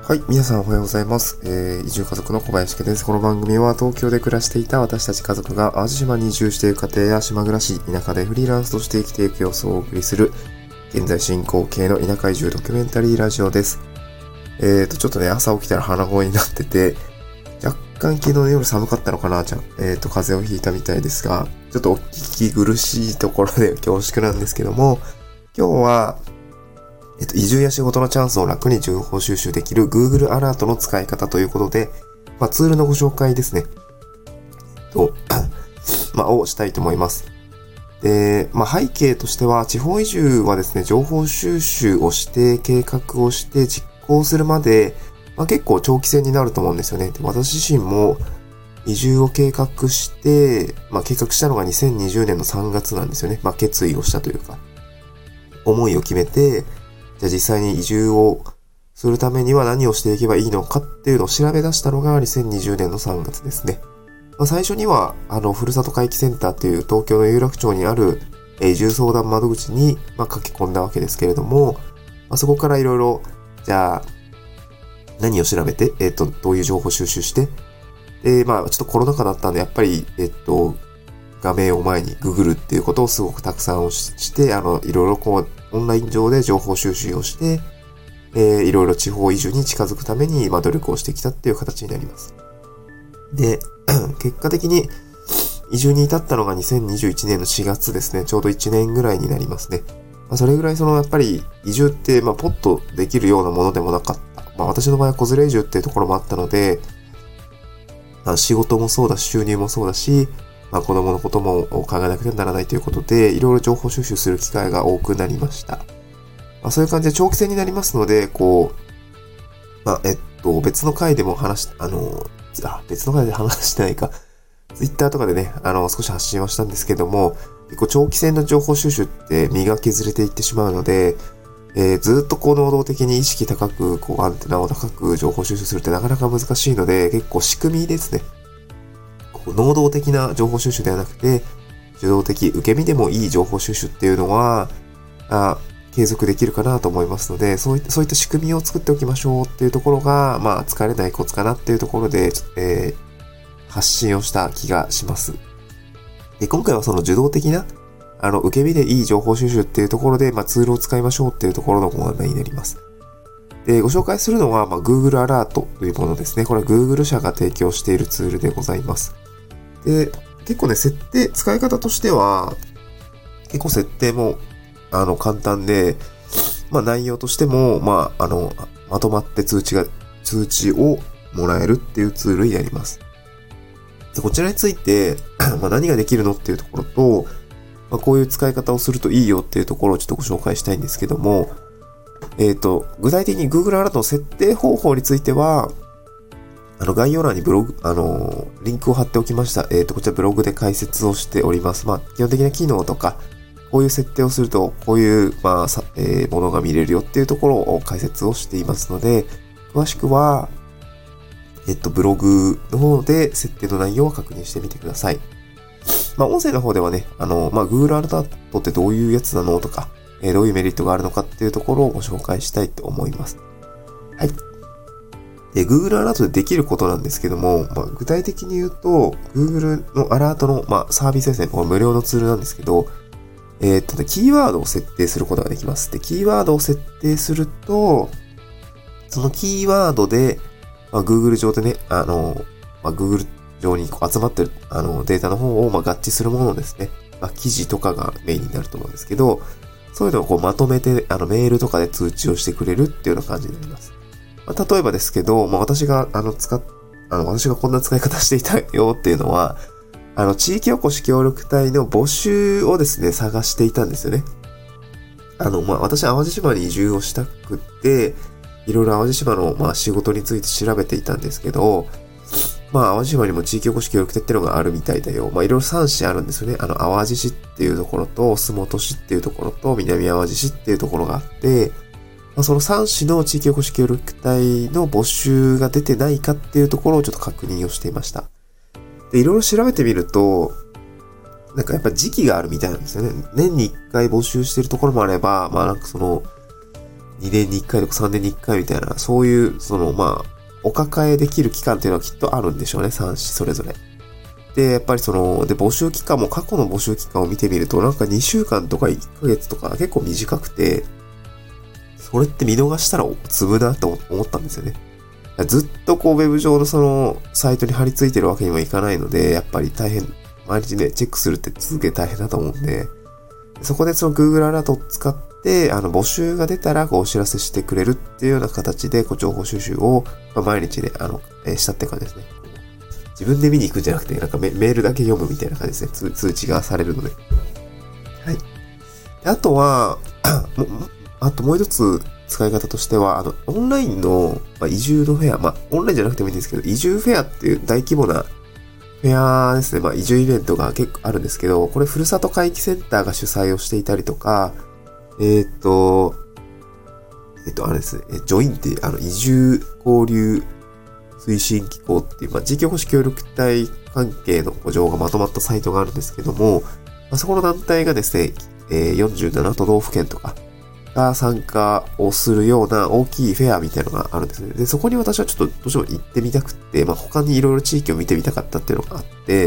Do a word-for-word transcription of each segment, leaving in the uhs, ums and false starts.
はい、皆さんおはようございます。えー、移住家族の小林家です。この番組は東京で暮らしていた私たち家族が淡路島に移住している家庭や島暮らし、田舎でフリーランスとして生きていく様子をお送りする、現在進行形の田舎移住ドキュメンタリーラジオです。えーと、ちょっとね、朝起きたら鼻声になってて、若干昨日の夜寒かったのかな、じゃえーと、風邪をひいたみたいですが、ちょっとお聞き苦しいところで恐縮なんですけども、今日は、えっと、移住や仕事のチャンスを楽に情報収集できる Google アラートの使い方ということで、まあ、ツールのご紹介ですね。と、まあ、をしたいと思います。で、まあ、背景としては、地方移住はですね、情報収集をして、計画をして実行するまで、まあ、結構長期戦になると思うんですよね。で、私自身も移住を計画して、まあ、計画したのがにせんにじゅうねんのさんがつなんですよね。まあ、決意をしたというか、思いを決めて、じゃあ実際に移住をするためには何をしていけばいいのかっていうのを調べ出したのがにせんにじゅうねんのさんがつですね。まあ、最初には、あの、ふるさと回帰センターっていう東京の有楽町にある移住相談窓口に、まあ、駆け込んだわけですけれども、まあ、そこからいろいろ、じゃあ、何を調べて、えっと、どういう情報収集して、で、まあ、ちょっとコロナ禍だったんで、やっぱり、えっと、画面を前にググるっていうことをすごくたくさんをして、あの、いろいろこう、オンライン上で情報収集をして、えー、いろいろ地方移住に近づくために、まあ、努力をしてきたっていう形になります。で、結果的に移住に至ったのがにせんにじゅういちねんのしがつですね。ちょうどいちねんぐらいになりますね。まあ、それぐらいその、やっぱり移住って、まあ、ポッとできるようなものでもなかった。まあ、私の場合は子連れ移住っていうところもあったので、まあ、仕事もそうだし、収入もそうだし、まあ、子供のことも考えなくてはならないということで、いろいろ情報収集する機会が多くなりました。まあ、そういう感じで長期戦になりますので、こう、まあ、えっと、別の回でも話し、あの、あ、別の回で話してないか、ツイッターとかでね、あの、少し発信はしたんですけども、結構長期戦の情報収集って身が削れていってしまうので、えー、ずっとこう能動的に意識高く、こうアンテナを高く情報収集するってなかなか難しいので、結構仕組みですね。能動的な情報収集ではなくて、受動的、受け身でもいい情報収集っていうのは、あ継続できるかなと思いますので、そういった、そういった仕組みを作っておきましょうっていうところが、まあ、疲れないコツかなっていうところで、えー、発信をした気がします。で、今回はその受動的な、あの、受け身でいい情報収集っていうところで、まあ、ツールを使いましょうっていうところのご案内になります。で、ご紹介するのは、まあ、Google アラートというものですね。これは Google 社が提供しているツールでございます。で、結構ね、設定、使い方としては、結構設定も、あの、簡単で、まあ内容としても、まあ、あの、まとまって通知が、通知をもらえるっていうツールになります。で、こちらについて、まあ何ができるのっていうところと、まあこういう使い方をするといいよっていうところをちょっとご紹介したいんですけども、えっと、具体的に Google アラートの設定方法については、あの、概要欄にブログ、あのー、リンクを貼っておきました。えっと、こちらブログで解説をしております。まあ、基本的な機能とか、こういう設定をすると、こういう、まあ、さ、えー、ものが見れるよっていうところを解説をしていますので、詳しくは、えっと、ブログの方で設定の内容を確認してみてください。まあ、音声の方ではね、あの、まあ、Google アラートってどういうやつなのとか、えー、どういうメリットがあるのかっていうところをご紹介したいと思います。はい。で、Google アラートでできることなんですけども、まあ、具体的に言うと、Google のアラートの、まあ、サービスですね。これ無料のツールなんですけど、えー、っとね、キーワードを設定することができます。で、キーワードを設定すると、そのキーワードで、まあ、Google 上でね、あの、まあ、Google 上にこう集まってる、あの、データの方を、まあ、合致するものですね。まあ、記事とかがメインになると思うんですけど、そういうのをこうまとめて、あの、メールとかで通知をしてくれるっていうような感じになります。まあ、例えばですけど、まあ、私が、あの、使っ、あの、私がこんな使い方していたよっていうのは、あの、地域おこし協力隊の募集をですね、探していたんですよね。あの、まあ、私、淡路島に移住をしたくって、いろいろ淡路島の、まあ、仕事について調べていたんですけど、まあ、淡路島にも地域おこし協力隊っていうのがあるみたいだよ。まあ、いろいろさん市あるんですよね。あの、淡路市っていうところと、洲本市っていうところと、南淡路市っていうところがあって、まあ、そのさん市の地域おこし協力隊の募集が出てないかっていうところをちょっと確認をしていました。で、いろいろ調べてみると、なんかやっぱ時期があるみたいなんですよね。年にいっかい募集してるところもあれば、まあなんかその、 にねんにいっかいとかさんねんにいっかいみたいな、そういう、その、まあ、お抱えできる期間っていうのはきっとあるんでしょうね、さん誌それぞれ。で、やっぱりその、で、募集期間も過去の募集期間を見てみると、なんかにしゅうかんとかいっかげつとか結構短くて、それって見逃したら積むなと思ったんですよね。ずっとこう、ウェブ上のその、サイトに貼り付いてるわけにもいかないので、やっぱり大変、毎日ね、チェックするって続け大変だと思うんで、そこでその Google アラートを使って、あの、募集が出たらこうお知らせしてくれるっていうような形で、こう、情報収集を、まあ、毎日ね、あの、えー、したって感じですね。自分で見に行くんじゃなくて、なんかメールだけ読むみたいな感じですね。通知がされるので。はい。あとは、あともう一つ使い方としては、あの、オンラインの、まあ、移住のフェア、まあ、オンラインじゃなくてもいいんですけど、移住フェアっていう大規模なフェアですね。まあ、移住イベントが結構あるんですけど、これ、ふるさと回帰センターが主催をしていたりとか、えっと、えっと、あれですね、ジョインって、あの、移住交流推進機構っていう、まあ、地域おこし協力隊関係の情報がまとまったサイトがあるんですけども、まあ、そこの団体がですね、えー、よんじゅうなな都道府県とかが参加をするような大きいフェアみたいなのがあるんですね。で、そこに私はちょっとどうしても行ってみたくって、まあ、他にいろいろ地域を見てみたかったっていうのがあって、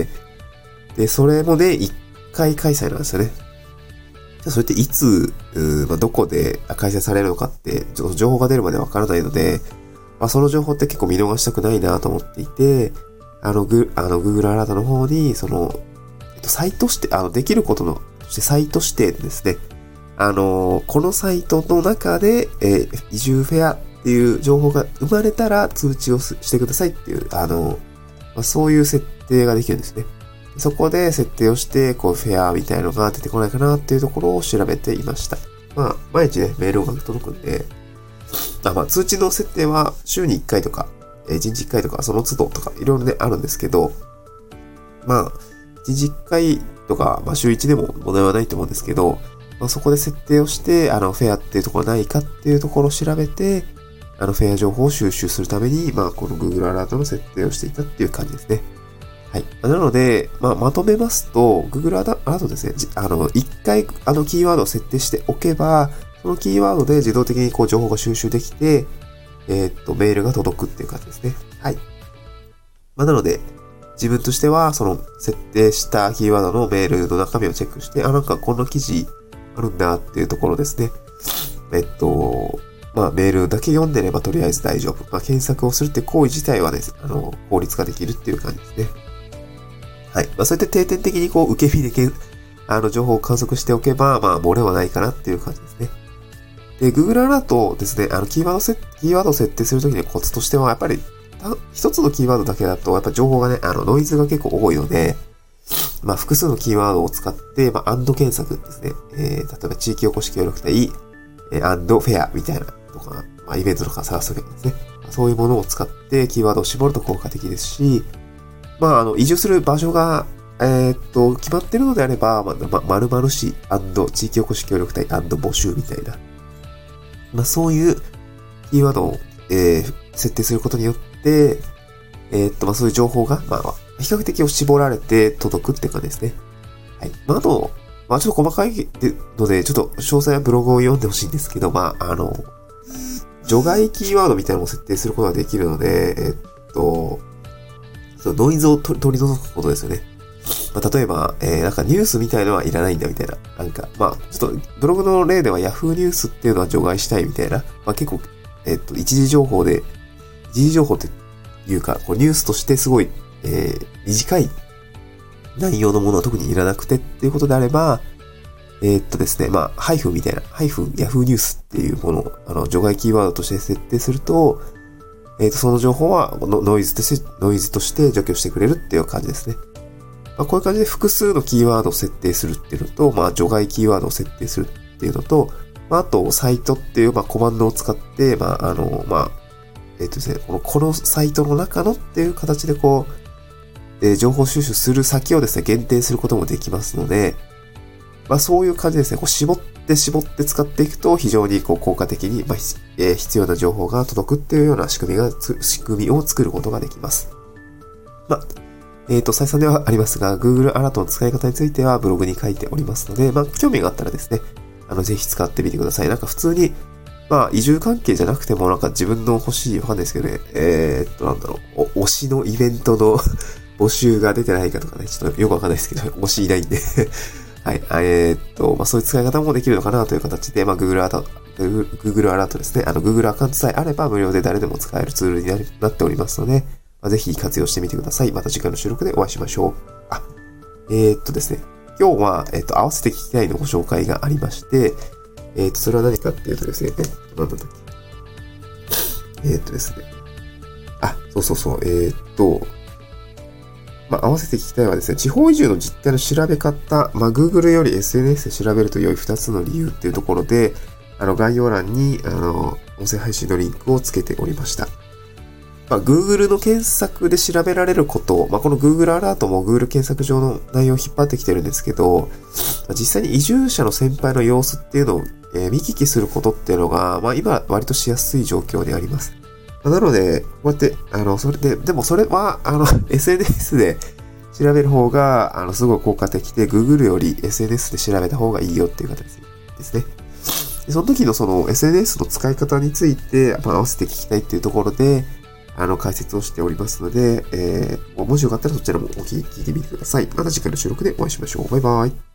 で、それもね、いっかい開催なんですよね。じゃあそれっていつ、まあ、どこで開催されるのかって、ちょっと情報が出るまでわからないので、まあ、その情報って結構見逃したくないなと思っていて、あの、グ、あの、Google アラートの方に、その、えっと、サイト指定、あの、できることの、そしてサイト指定でですね、あの、このサイトの中で、えー、移住フェアっていう情報が生まれたら通知をしてくださいっていう、あの、まあ、そういう設定ができるんですね。そこで設定をして、こう、フェアみたいなのが出てこないかなっていうところを調べていました。まあ、毎日ね、メールが届くんで、あまあ、通知の設定は週にいっかいとか、えー、いちにちいっかいとか、その都度とか、いろいろね、あるんですけど、まあ、いちにちいっかいとか、まあ、週いちでも問題はないと思うんですけど、まあ、そこで設定をして、あの、フェアっていうところないかっていうところを調べて、あの、フェア情報を収集するために、まあ、この Google アラートの設定をしていたっていう感じですね。はい。なので、まあ、まとめますと、Google アラートですね、あの、一回、あの、キーワードを設定しておけば、そのキーワードで自動的にこう情報が収集できて、えー、っと、メールが届くっていう感じですね。はい。まあ、なので、自分としては、その、設定したキーワードのメールの中身をチェックして、あ、なんかこの記事あるんだっていうところですね。えっと、まあ、メールだけ読んでればとりあえず大丈夫。まあ、検索をするって行為自体はね、あの、効率化できるっていう感じですね。はい。まあ、そうやって定点的にこう、受け身でけん、あの、情報を観測しておけば、まあ、漏れはないかなっていう感じですね。で、Google アラートですね、あの、キーワードセキーワードを設定するときのコツとしては、やっぱり、一つのキーワードだけだと、やっぱ情報がね、あの、ノイズが結構多いので、まあ、複数のキーワードを使って、まあ、アンド検索ですね。えー、例えば、地域おこし協力隊、えー、アンドフェアみたいなとか、まあ、イベントとか探すときですね。そういうものを使って、キーワードを絞ると効果的ですし、まあ、あの、移住する場所が、えー、っと、決まってるのであれば、まあ、ま、〇〇市地域おこし協力隊募集みたいな。まあ、そういうキーワードを、えー、設定することによって、えー、っと、まあ、そういう情報が、まあ、比較的絞られて届くって感じですね。はい。まあ、あと、まあ、ちょっと細かいので、ちょっと詳細はブログを読んでほしいんですけど、まあ、あの、除外キーワードみたいなのを設定することができるので、えー、っと、そのノイズを取り除くことですよね。まあ、例えば、えー、なんかニュースみたいのはいらないんだみたいな。なんか、まあ、ちょっと、ブログの例では Yahoo ニュースっていうのは除外したいみたいな。まあ、結構、えー、っと、一時情報で、一時情報っていうか、こうニュースとしてすごい、えー、短い内容のものは特にいらなくてっていうことであれば、えー、っとですね、まあ、ハイフンみたいな、ハイフン Yahoo ニュースっていうものを、あの、除外キーワードとして設定すると、えっと、その情報はノイズとして、ノイズとして除去してくれるっていう感じですね。まあ、こういう感じで複数のキーワードを設定するっていうのと、まあ、除外キーワードを設定するっていうのと、まあ、あと、サイトっていう、まあ、コマンドを使って、まあ、あの、まあ、えっとですね、この、このサイトの中のっていう形でこう、えー、情報収集する先をですね、限定することもできますので、まあ、そういう感じですね、こう、絞って絞って使っていくと、非常にこう、効果的に、まあ、えー、必要な情報が届くっていうような仕組みが、仕組みを作ることができます。まあ、えっと、再三ではありますが、Google アラートの使い方についてはブログに書いておりますので、まあ、興味があったらですね、あの、ぜひ使ってみてください。なんか普通に、 まあ、移住関係じゃなくても、なんか自分の欲しい、わかんないですけどね、えー、っと、なんだろう、お推しのイベントの募集が出てないかとかね、ちょっとよくわかんないですけど、推しいないんではい、えー、っと、まあ、そういう使い方もできるのかなという形で、まあ、Google アラート、Google アラートですね、あの、Google アカウントさえあれば無料で誰でも使えるツールになりなっておりますので、まあ、ぜひ活用してみてください。また次回の収録でお会いしましょう。あ、えー、っとですね、今日は、えー、っと、合わせて聞きたいのご紹介がありまして、えー、っと、それは何かっていうとですね、えっと、なんだったっけ。えー、っとですね、あ、そうそうそう、えー、っと、まあ、合わせて聞きたいはですね、地方移住の実態の調べ方、まあ、Google より エスエヌエス で調べると良いふたつの理由っていうところで、あの、概要欄に、あの、音声配信のリンクをつけておりました。まあ、Google の検索で調べられること、まあ、この Google アラートも Google 検索上の内容を引っ張ってきてるんですけど、実際に移住者の先輩の様子っていうのを、えー見聞きすることっていうのが、まあ、今割としやすい状況にあります。まあなので、こうやって、あの、それで、でもそれは、あの、エスエヌエス で調べる方が、あの、すごい効果的で、Google より エスエヌエス で調べた方がいいよっていう形ですね。でその時のその エスエヌエス の使い方について、まあ、合わせて聞きたいっていうところで、あの、解説をしておりますので、えー、もしよかったらそちらもお聞き聞いてみてください。また次回の収録でお会いしましょう。バイバイ。